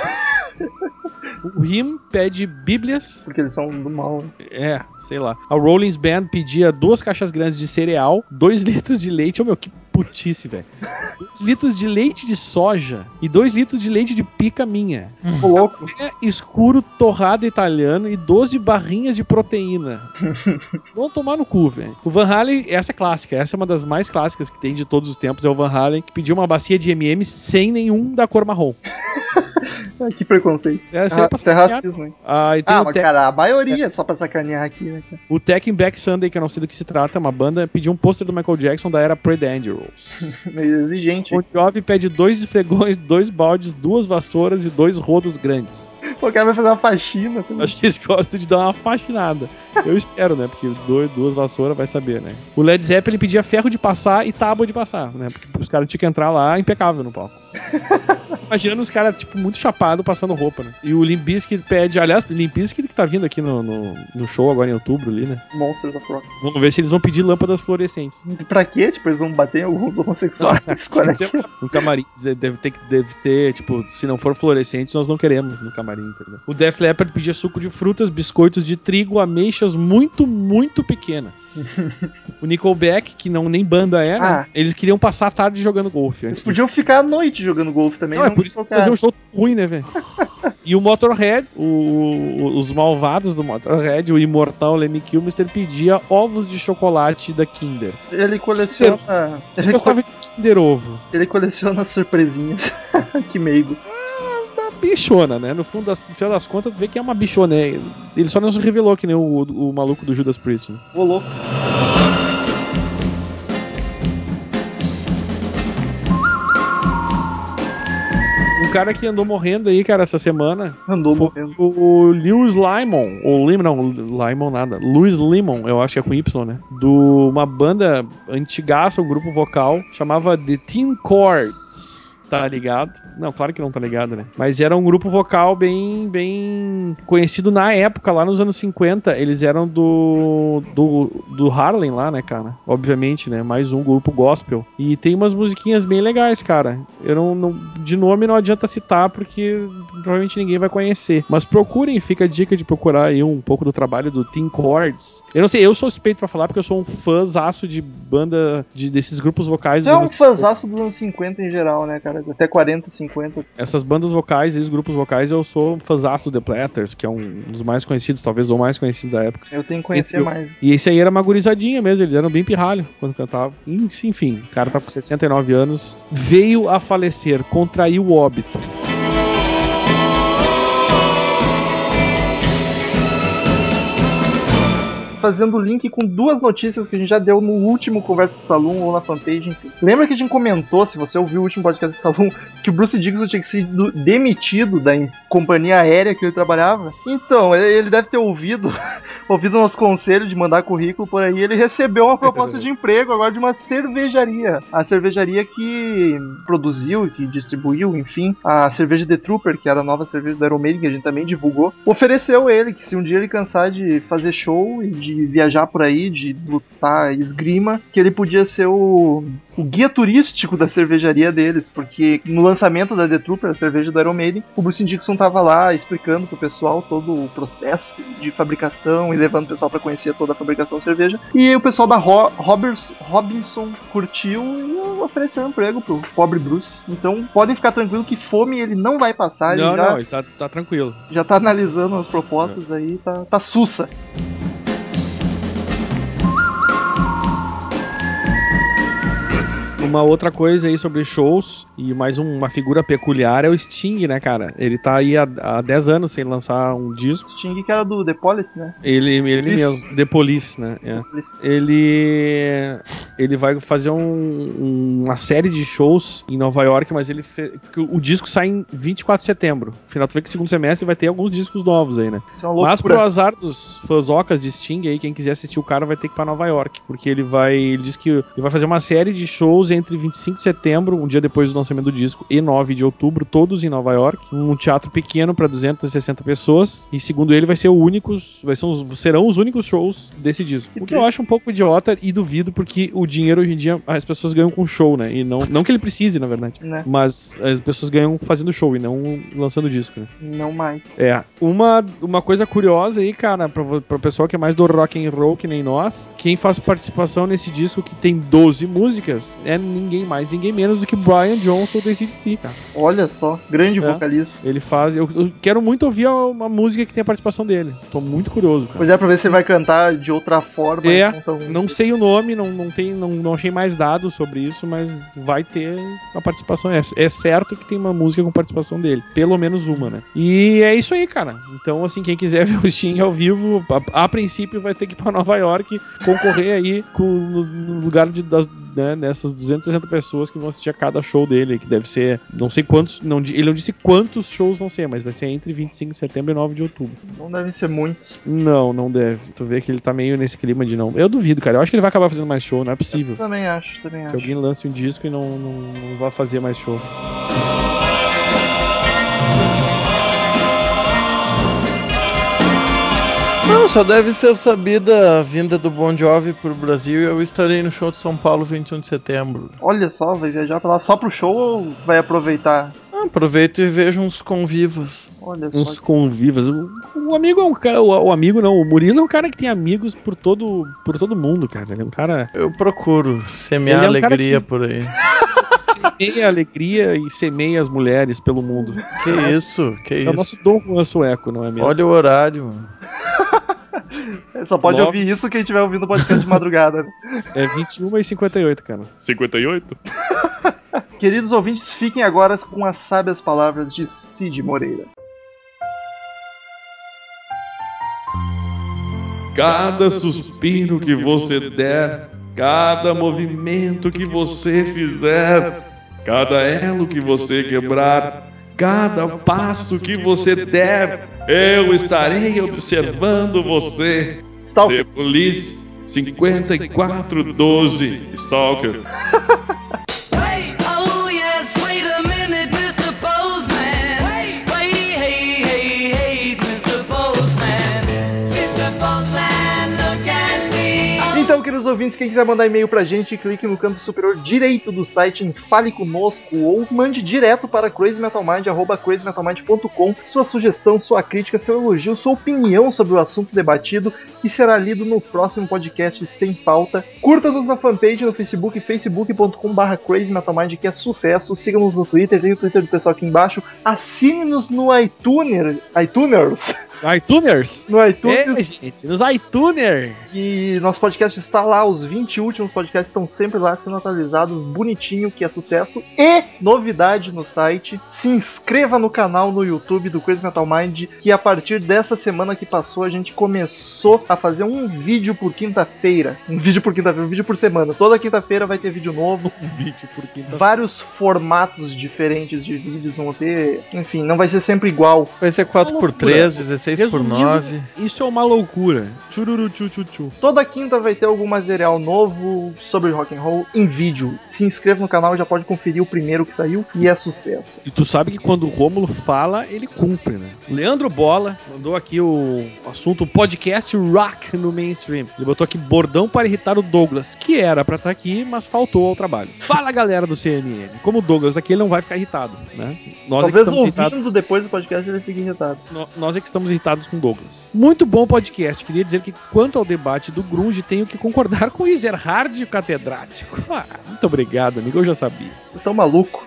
O Him pede bíblias. Porque eles são do mal. Sei lá. A Rollins Band pedia 2 caixas grandes de cereal, 2 litros de leite. Meu, que putice, velho. 2 litros de leite de soja e 2 litros de leite de pica minha. Louco. Café escuro torrado italiano e 12 barrinhas de proteína. Vão tomar no cu, velho. O Van Halen, essa é clássica. Essa é uma das mais clássicas que tem de todos os tempos. É o Van Halen, que pediu uma bacia de M&M sem nenhum da cor marrom. Que preconceito. Isso é racismo, hein? Mas cara, a maioria só pra sacanear aqui, né, cara? O Taking Back Sunday, que eu não sei do que se trata, uma banda, pediu um pôster do Michael Jackson da era Pre-Dangerous. Meio exigente. O Jovem pede 2 esfregões, 2 baldes, 2 vassouras e 2 rodos grandes. O cara vai fazer uma faxina. Acho que eles gostam de dar uma faxinada. Eu espero, né? Porque 2 vassouras vai saber, né? O Led Zeppelin pedia ferro de passar e tábua de passar, né? Porque os caras tinham que entrar lá impecável no palco. Imaginando os caras, tipo, muito chapado passando roupa, né? E o Limp Bizkit pede... Aliás, o Limp Bizkit que tá vindo aqui no show agora em outubro ali, né? Monsters of Rock. Vamos ver se eles vão pedir lâmpadas fluorescentes. Pra quê? Tipo, eles vão bater em alguns homossexuais? No camarim. Deve ter, tipo, se não for fluorescente, nós não queremos no camarim, entendeu? O Def Leppard pedia suco de frutas, biscoitos de trigo, ameixas muito, muito pequenas. O Nickelback, que nem banda é, né? Eles queriam passar a tarde jogando golfe. Eles podiam ficar à noite jogando golfe também. Não, é por isso que fazer um show ruim, né, velho? E o Motorhead, os malvados do Motorhead, o imortal Lemmy Kilmister, pedia ovos de chocolate da Kinder. Ele coleciona... Ele gostava de Kinder Ovo. Ele coleciona surpresinhas. Que meigo. Uma bichona, né? No final das contas, tu vê que é uma bichona. Né? Ele só não se revelou que nem o maluco do Judas Priest. Né? Ô, louco. Um cara que andou morrendo aí, cara, essa semana. Morrendo. O Lewis Limon. Ou Limon, não, Limon nada. Louis Limon, eu acho que é com Y, né? Uma banda antigaça, um grupo vocal, chamava The Teen Chords. tá ligado. Não, claro que não tá ligado, né? Mas era um grupo vocal bem conhecido na época, lá nos anos 50. Eles eram do Harlem lá, né, cara? Obviamente, né? Mais um grupo gospel. E tem umas musiquinhas bem legais, cara. Eu não de nome não adianta citar, porque provavelmente ninguém vai conhecer. Mas procurem, fica a dica de procurar aí um pouco do trabalho do Tim Chords. Eu não sei, eu sou suspeito pra falar, porque eu sou um fãzaço de banda, desses grupos vocais. Você é um fãzaço dos anos 50 em geral, né, cara? Até 40, 50. Essas bandas vocais, esses grupos vocais, eu sou fãzaço do The Platters, que é um dos mais conhecidos, talvez o mais conhecido da época. Eu tenho que conhecer mais. E esse aí era uma gurizadinha mesmo, eles eram bem pirralho quando cantavam. Enfim, o cara tá com 69 anos, veio a falecer, contraiu o óbito. Fazendo link com duas notícias que a gente já deu no último Conversa de Salão ou na fanpage, enfim. Lembra que a gente comentou, se você ouviu o último podcast de Salão, que o Bruce Dickinson tinha sido demitido da companhia aérea que ele trabalhava? Então, ele deve ter ouvido nosso conselho de mandar currículo por aí. Ele recebeu uma proposta de emprego agora de uma cervejaria. A cervejaria que produziu, que distribuiu, enfim, a cerveja The Trooper, que era a nova cerveja do Iron Maiden, que a gente também divulgou, ofereceu ele que se um dia ele cansar de fazer show e de viajar por aí, de lutar esgrima, que ele podia ser o guia turístico da cervejaria deles, porque no lançamento da The Trooper, a cerveja do Iron Maiden, o Bruce Dickinson tava lá explicando pro pessoal todo o processo de fabricação e levando o pessoal para conhecer toda a fabricação da cerveja, e o pessoal da Robinson curtiu e ofereceu um emprego pro pobre Bruce. Então podem ficar tranquilo que fome ele não vai passar. Ele tá tranquilo. Já tá analisando as propostas aí, tá sussa. Uma outra coisa aí sobre shows, e mais uma figura peculiar, é o Sting, né, cara? Ele tá aí há 10 anos sem lançar um disco. Sting, que era do The Police, né? Ele mesmo, The Police, né? É. Ele vai fazer uma série de shows em Nova York, mas o disco sai em 24 de setembro. Afinal, tu vê que no segundo semestre vai ter alguns discos novos aí, né? Mas pro azar dos fãzocas de Sting aí, quem quiser assistir o cara vai ter que ir pra Nova York, porque ele diz que ele vai fazer uma série de shows entre 25 de setembro, um dia depois do lançamento do disco, e 9 de outubro, todos em Nova York, um teatro pequeno para 260 pessoas, e segundo ele serão os únicos shows desse disco. O que eu acho um pouco idiota e duvido, porque o dinheiro hoje em dia as pessoas ganham com show, né? E não que ele precise, na verdade, né? Mas as pessoas ganham fazendo show e não lançando disco, né? Não mais. Uma coisa curiosa aí, cara, pro pessoal que é mais do rock and roll que nem nós, quem faz participação nesse disco que tem 12 músicas é ninguém mais, ninguém menos do que Brian Johnson do AC/DC, cara. Olha só, grande vocalista. Ele faz... Eu quero muito ouvir uma música que tem a participação dele. Tô muito curioso, cara. Pois é, pra ver se ele vai cantar de outra forma. Não sei o nome, não achei mais dados sobre isso, mas vai ter a participação. É certo que tem uma música com participação dele. Pelo menos uma, né? E é isso aí, cara. Então, assim, quem quiser ver o Sting ao vivo, a princípio vai ter que ir pra Nova York, concorrer aí no lugar nessas 260 pessoas que vão assistir a cada show dele, que deve ser, não sei quantos, ele não disse quantos shows vão ser, mas vai ser entre 25 de setembro e 9 de outubro. Não devem ser muitos. Não deve. Tu vê que ele tá meio nesse clima de não. Eu duvido, cara. Eu acho que ele vai acabar fazendo mais show, não é possível. Eu também acho. Que alguém lance um disco e não vai fazer mais show. Não, só deve ser sabida a vinda do Bon Jovi pro Brasil e eu estarei no show de São Paulo 21 de setembro. Olha só, vai viajar pra lá só pro show ou vai aproveitar? Aproveita e veja uns convivas. Olha só. Uns convivas. O amigo é um cara. O amigo não, o Murilo é um cara que tem amigos por todo mundo, cara. Ele é um cara. Eu procuro semear alegria por aí. Semeia alegria e semeia as mulheres pelo mundo. Que isso? É o nosso Dom Juan Sueco, não é mesmo? Olha o horário, mano. Só pode ouvir isso quem estiver ouvindo o podcast de madrugada. É 21h58, cara. 58? Queridos ouvintes, fiquem agora com as sábias palavras de Cid Moreira. Cada suspiro que você der, cada movimento que você fizer, cada elo que você quebrar, cada passo que você der, eu estarei observando você. Stalker. The Police 5412 Stalker. Wait, oh yes, wait a minute. Então, queridos ouvintes, quem quiser mandar e-mail pra gente, clique no canto superior direito do site em Fale Conosco ou mande direto para crazymetalmind@crazymetalmind.com sua sugestão, sua crítica, seu elogio, sua opinião sobre o assunto debatido, que será lido no próximo podcast Sem Pauta. Curta-nos na fanpage no Facebook, facebook.com/crazymetalmind, que é sucesso. Siga-nos no Twitter, tem o Twitter do pessoal aqui embaixo. Assine-nos no iTunes. iTuners? No iTunes. Gente, nos iTuner. E nosso podcast está lá, os 20 últimos podcasts estão sempre lá sendo atualizados, bonitinho, que é sucesso. E novidade no site, se inscreva no canal no YouTube do Crazy Metal Mind, que a partir dessa semana que passou a gente começou a fazer um vídeo por quinta-feira. Um vídeo por semana. Toda quinta-feira vai ter vídeo novo. Um vídeo por quinta-feira. Vários formatos diferentes de vídeos vão ter. Enfim, não vai ser sempre igual. Vai ser 4x3, 16x9. Isso é uma loucura. Chururu, chu. Toda quinta vai ter algum material novo sobre rock and roll em vídeo. Se inscreva no canal, já pode conferir o primeiro que saiu e é sucesso. E tu sabe que quando o Rômulo fala, ele cumpre, né? Leandro Bola mandou aqui o assunto podcast rock no mainstream. Ele botou aqui bordão para irritar o Douglas, que era pra estar aqui, mas faltou ao trabalho. Fala, galera do CNN. Como o Douglas aqui, ele não vai ficar irritado, né? Nós Talvez ouvindo depois do podcast ele fique irritado. Nós é que estamos irritados com o Douglas. Muito bom podcast. Queria dizer que quanto ao debate do grunge, tenho que concordar com o Ezerhard, o catedrático. Muito obrigado, amigo. Eu já sabia. Vocês estão malucos?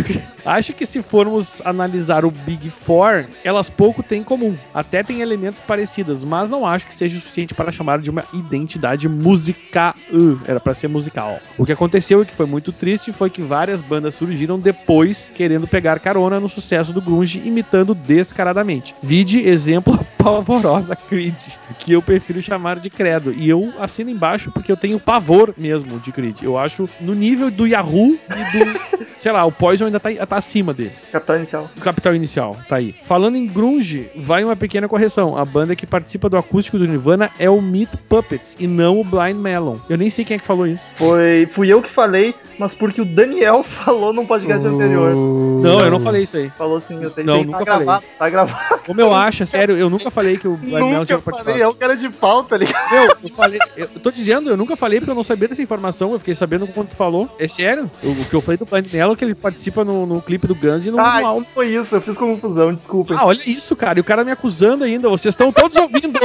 Acho que se formos analisar o Big Four, elas pouco têm em comum. Até tem elementos parecidos, mas não acho que seja o suficiente para chamar de uma identidade musical. Era para ser musical. O que aconteceu e que foi muito triste foi que várias bandas surgiram depois querendo pegar carona no sucesso do grunge, imitando descaradamente. Vide exemplo pavorosa Creed, que eu prefiro chamar de Credo. E eu assino embaixo porque eu tenho pavor mesmo de Creed. Eu acho no nível do Yahoo e do... sei lá, o Poison ainda tá acima deles. Capital Inicial. O Capital Inicial, tá aí. Falando em grunge, vai uma pequena correção. A banda que participa do acústico do Nirvana é o Meat Puppets e não o Blind Melon. Eu nem sei quem é que falou isso. Fui eu que falei, mas porque o Daniel falou num podcast anterior. Não, eu não falei isso aí. Falou sim, eu tenho. Não, nunca falei. Tá gravado. Como eu acho, sério, eu nunca falei que o Blind Melon tinha participado. Falei, é o cara de pau, tá ligado? Eu falei, eu tô dizendo, eu nunca falei porque eu não sabia dessa informação, eu fiquei sabendo quando tu falou. É sério? O que eu falei do Blind Melon é que ele participa no clipe do Guns e no álbum. Não foi isso, eu fiz confusão, desculpa. Olha isso, cara, e o cara me acusando ainda, vocês estão todos ouvindo.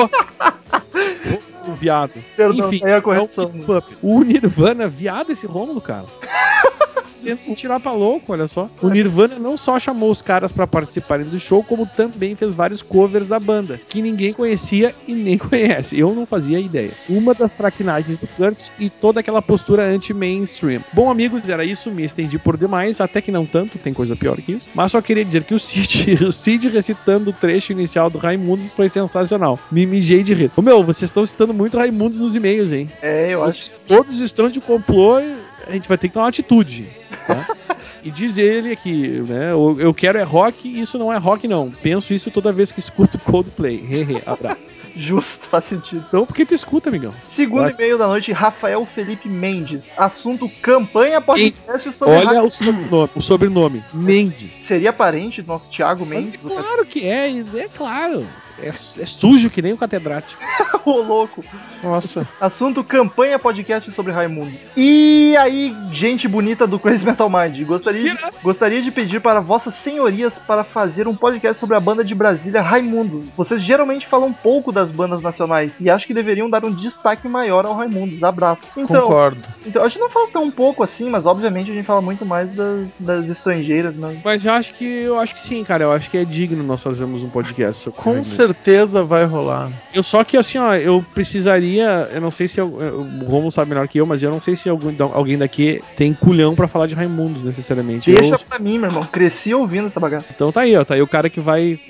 O viado. Perdão, enfim, é a correção. O Nirvana, viado esse Rômulo, cara. Tentando tirar pra louco, olha só. O Nirvana não só chamou os caras pra participarem do show, como também fez vários covers da banda, que ninguém conhecia e nem conhece. Eu não fazia ideia. Uma das traquinagens do Kurt e toda aquela postura anti-mainstream. Bom, amigos, era isso. Me estendi por demais, até que não tanto, tem coisa pior que isso. Mas só queria dizer que o Cid recitando o trecho inicial do Raimundos foi sensacional. Me mijei de rir. Ô, meu, vocês estão citando muito Raimundos nos e-mails, hein? É, eu acho. Todos estão de complô e a gente vai ter que tomar uma atitude. Tá? E diz ele aqui, né? Eu quero é rock, isso não é rock, não. Penso isso toda vez que escuto Coldplay. Abraço. Justo, faz sentido. Então, por que tu escuta, amigão? Segundo e-mail da noite, Rafael Felipe Mendes. Assunto campanha podcast sobre... Olha o sobrenome. Mendes. Seria parente do nosso Thiago Mendes? Mas claro que é claro. É sujo que nem o catedrático. Ô, louco. Nossa. Assunto campanha podcast sobre Raimundos. E aí, gente bonita do Crazy Metal Mind, gostaria de pedir para vossas senhorias para fazer um podcast sobre a banda de Brasília, Raimundos. Vocês geralmente falam pouco das bandas nacionais e acho que deveriam dar um destaque maior ao Raimundos. Abraço. Então, concordo. Então, a gente não fala tão pouco assim, mas obviamente a gente fala muito mais das estrangeiras, né? Mas eu acho que sim, cara. Eu acho que é digno nós fazermos um podcast sobre Com certeza vai rolar. Eu só que assim, ó, eu precisaria, eu não sei se o Romulo sabe melhor que eu, mas eu não sei se alguém daqui tem culhão pra falar de Raimundos necessariamente. Deixa pra mim, meu irmão. Cresci ouvindo essa bagaça. Então tá aí, ó. Tá aí o cara que vai...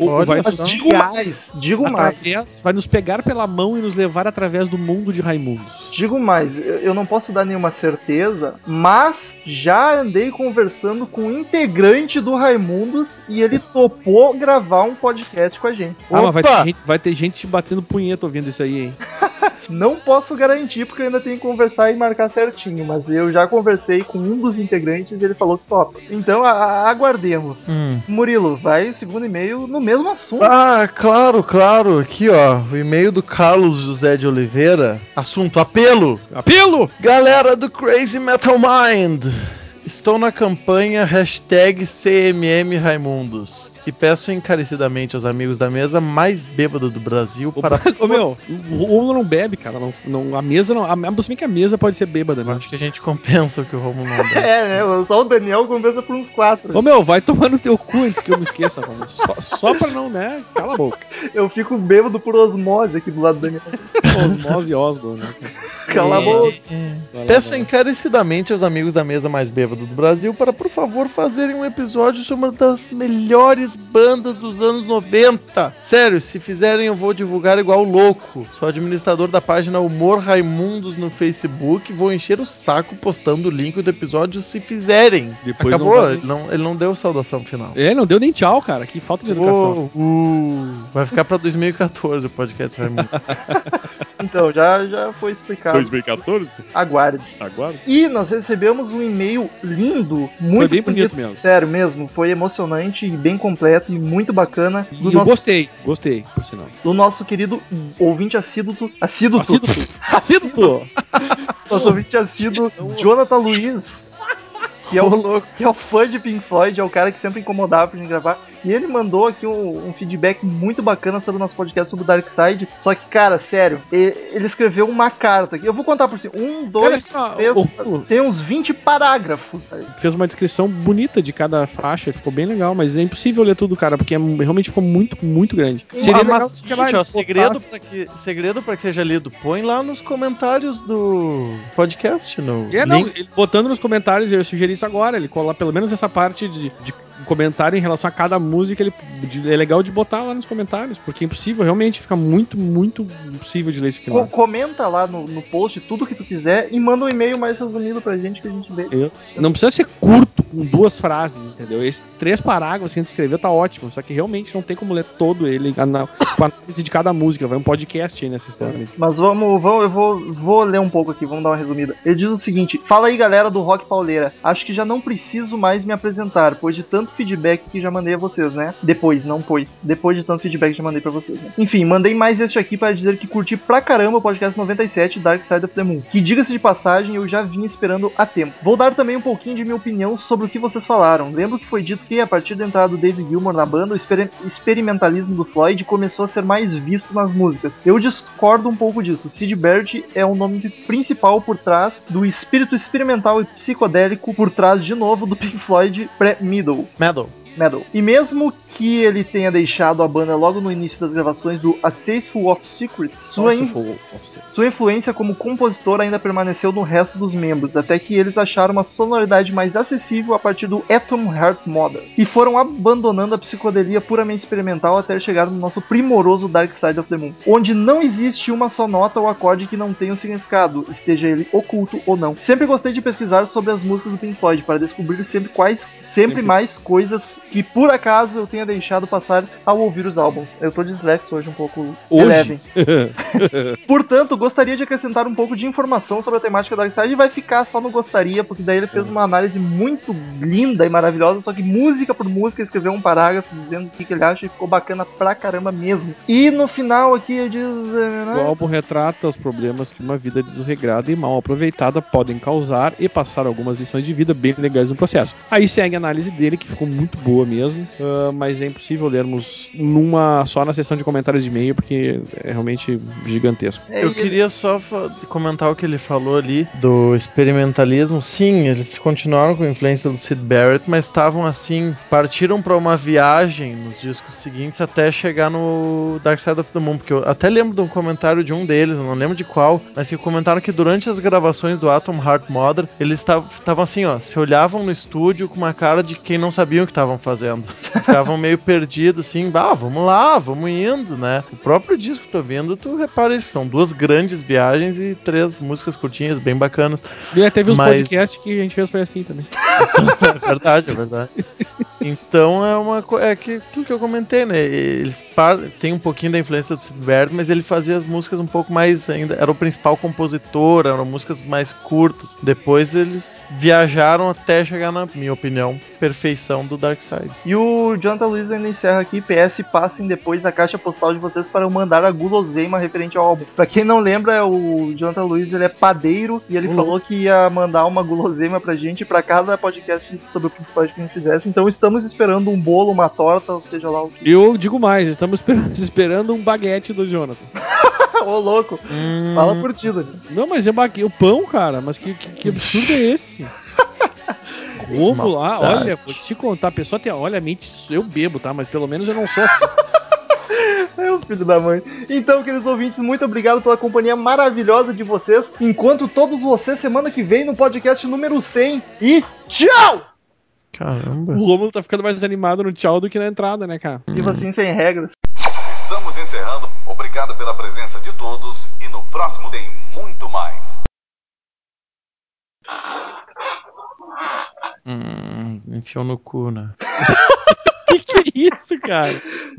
Digo mais. Vai nos pegar pela mão e nos levar através do mundo de Raimundos. Digo mais. Eu não posso dar nenhuma certeza, mas já andei conversando com um integrante do Raimundos e ele topou gravar um podcast com a gente. Mas vai ter gente batendo punheta ouvindo isso aí, hein? Não posso garantir porque eu ainda tenho que conversar e marcar certinho, mas eu já conversei com um dos integrantes e ele falou que topa. Então aguardemos. Murilo, vai o segundo e-mail no mesmo assunto. Ah, claro. Aqui, ó, o e-mail do Carlos José de Oliveira. Assunto: apelo! Galera do Crazy Metal Mind! Estou na campanha #CMM Raimundos e peço encarecidamente aos amigos da mesa mais bêbado do Brasil para... o Romulo não bebe, cara. A mesa não... Se bem que a mesa pode ser bêbada, né? Acho que a gente compensa o que o Romulo não bebe. Só o Daniel compensa por uns 4. Vai tomar no teu cu antes que eu me esqueça, Romulo. Só pra não, né? Cala a boca. Eu fico bêbado por osmose aqui do lado do Daniel. Osmose e Osborne, né? Cala a boca. Peço encarecidamente aos amigos da mesa mais bêbado do Brasil para, por favor, fazerem um episódio sobre uma das melhores bandas dos anos 90. Sério, se fizerem eu vou divulgar igual louco. Sou administrador da página Humor Raimundos no Facebook. Vou encher o saco postando o link do episódio se fizerem. Depois acabou, ele não deu saudação final. Não deu nem tchau, cara. Que falta de educação. Vai ficar pra 2014 o podcast Raimundo. Então, já foi explicado. 2014? Aguarde. E nós recebemos um e-mail lindo, muito foi bem bonito mesmo. Sério mesmo, foi emocionante, bem completo e muito bacana. E eu gostei, por sinal. Do nosso querido ouvinte assíduo. Nosso ouvinte assíduo, Jonathan Luiz. Que é o fã de Pink Floyd, é o cara que sempre incomodava pra gente gravar. E ele mandou aqui um feedback muito bacana sobre o nosso podcast sobre o Dark Side. Só que, cara, sério, ele escreveu uma carta aqui. Eu vou contar por si. 1, 2, 3, tem uns 20 parágrafos. Sabe? Fez uma descrição bonita de cada faixa, ficou bem legal, mas é impossível ler tudo, cara, porque realmente ficou muito, muito grande. Seria legal se segredo pra que seja lido, põe lá nos comentários do podcast. Botando nos comentários, eu sugeri isso agora, ele cola pelo menos essa parte de comentário em relação a cada música, é legal de botar lá nos comentários, porque é impossível, realmente fica muito, muito impossível de ler isso aqui lá. Comenta lá no post tudo que tu quiser e manda um e-mail mais resumido pra gente que a gente vê. Não precisa ser curto, com 2 frases, entendeu? Esses 3 parágrafos que a gente escreveu tá ótimo, só que realmente não tem como ler todo ele com a análise de cada música, vai um podcast aí nessa história. Mas eu vou ler um pouco aqui, vamos dar uma resumida. Ele diz o seguinte: fala aí galera do Rock Pauleira, acho que já não preciso mais me apresentar, pois de tanto feedback que já mandei a vocês, né? Depois de tanto feedback que já mandei pra vocês, né? Enfim, mandei mais este aqui para dizer que curti pra caramba o podcast 97 Dark Side of the Moon, que diga-se de passagem, eu já vinha esperando há tempo. Vou dar também um pouquinho de minha opinião sobre o que vocês falaram. Lembro que foi dito que a partir da entrada do David Gilmour na banda, o experimentalismo do Floyd começou a ser mais visto nas músicas. Eu discordo um pouco disso. Sid Barrett é o nome principal por trás do espírito experimental e psicodélico por trás, de novo, do Pink Floyd pré-Metal. E mesmo que ele tenha deixado a banda logo no início das gravações do A Safe of Secret, sua influência como compositor ainda permaneceu no resto dos membros, até que eles acharam uma sonoridade mais acessível a partir do Atom Heart Model, e foram abandonando a psicodelia puramente experimental até chegar no nosso primoroso Dark Side of the Moon, onde não existe uma só nota ou acorde que não tenha um significado, esteja ele oculto ou não. Sempre gostei de pesquisar sobre as músicas do Pink Floyd, para descobrir sempre mais coisas que por acaso eu tenha deixado passar ao ouvir os álbuns. Eu tô dislexo hoje um pouco. Eleven. Portanto, gostaria de acrescentar um pouco de informação sobre a temática da Dark Side, e vai ficar só no gostaria, porque daí ele fez uma análise muito linda e maravilhosa, só que música por música escreveu um parágrafo dizendo o que ele acha, e ficou bacana pra caramba mesmo. E no final aqui ele diz... O álbum retrata os problemas que uma vida desregrada e mal aproveitada podem causar e passar algumas lições de vida bem legais no processo. Aí segue a análise dele, que ficou muito boa mesmo, mas é impossível lermos só na seção de comentários de e-mail, porque é realmente gigantesco. Eu queria só comentar o que ele falou ali do experimentalismo. Sim, eles continuaram com a influência do Sid Barrett, mas estavam assim, partiram para uma viagem nos discos seguintes até chegar no Dark Side of the Moon, porque eu até lembro de um comentário de um deles, eu não lembro de qual, mas que comentaram que durante as gravações do Atom Heart Model, eles estavam assim, ó, se olhavam no estúdio com uma cara de quem não sabiam o que estavam fazendo. Ficavam meio perdidos, assim, vamos lá, vamos indo, né? O próprio disco que tô vendo, tu repara isso, são 2 grandes viagens e 3 músicas curtinhas, bem bacanas. E até teve uns podcasts que a gente fez foi assim também. É verdade. Então é aquilo que eu comentei, né? Eles tem um pouquinho da influência do Sid Barrett, mas ele fazia as músicas um pouco mais ainda. Era o principal compositor, eram músicas mais curtas. Depois eles viajaram até chegar, na minha opinião, perfeição do Dark Side. E o Jonathan Luiz ainda encerra aqui: PS, passem depois a caixa postal de vocês para eu mandar a guloseima referente ao álbum. Pra quem não lembra, o Jonathan Luiz, ele é padeiro e ele falou que ia mandar uma guloseima pra gente pra cada podcast sobre o Pink Floyd que a gente fizesse. Então estamos esperando um bolo, uma torta, ou seja lá o que. Eu digo mais, estamos esperando um baguete do Jonathan. Ô, louco. Fala por ti, Dani. Não, mas é o pão, cara. Mas que absurdo é esse? Como lá? Olha, vou te contar. A pessoa tem... Olha, mente, eu bebo, tá? Mas pelo menos eu não sou assim. É o filho da mãe. Então, queridos ouvintes, muito obrigado pela companhia maravilhosa de vocês. Enquanto todos vocês, semana que vem, no podcast número 100. E tchau! Caramba. O Rômulo tá ficando mais animado no tchau do que na entrada, né, cara? Viva assim, sem regras. Estamos encerrando. Obrigado pela presença de todos. E no próximo tem muito mais. Enfiou no cu, né? Que é isso, cara?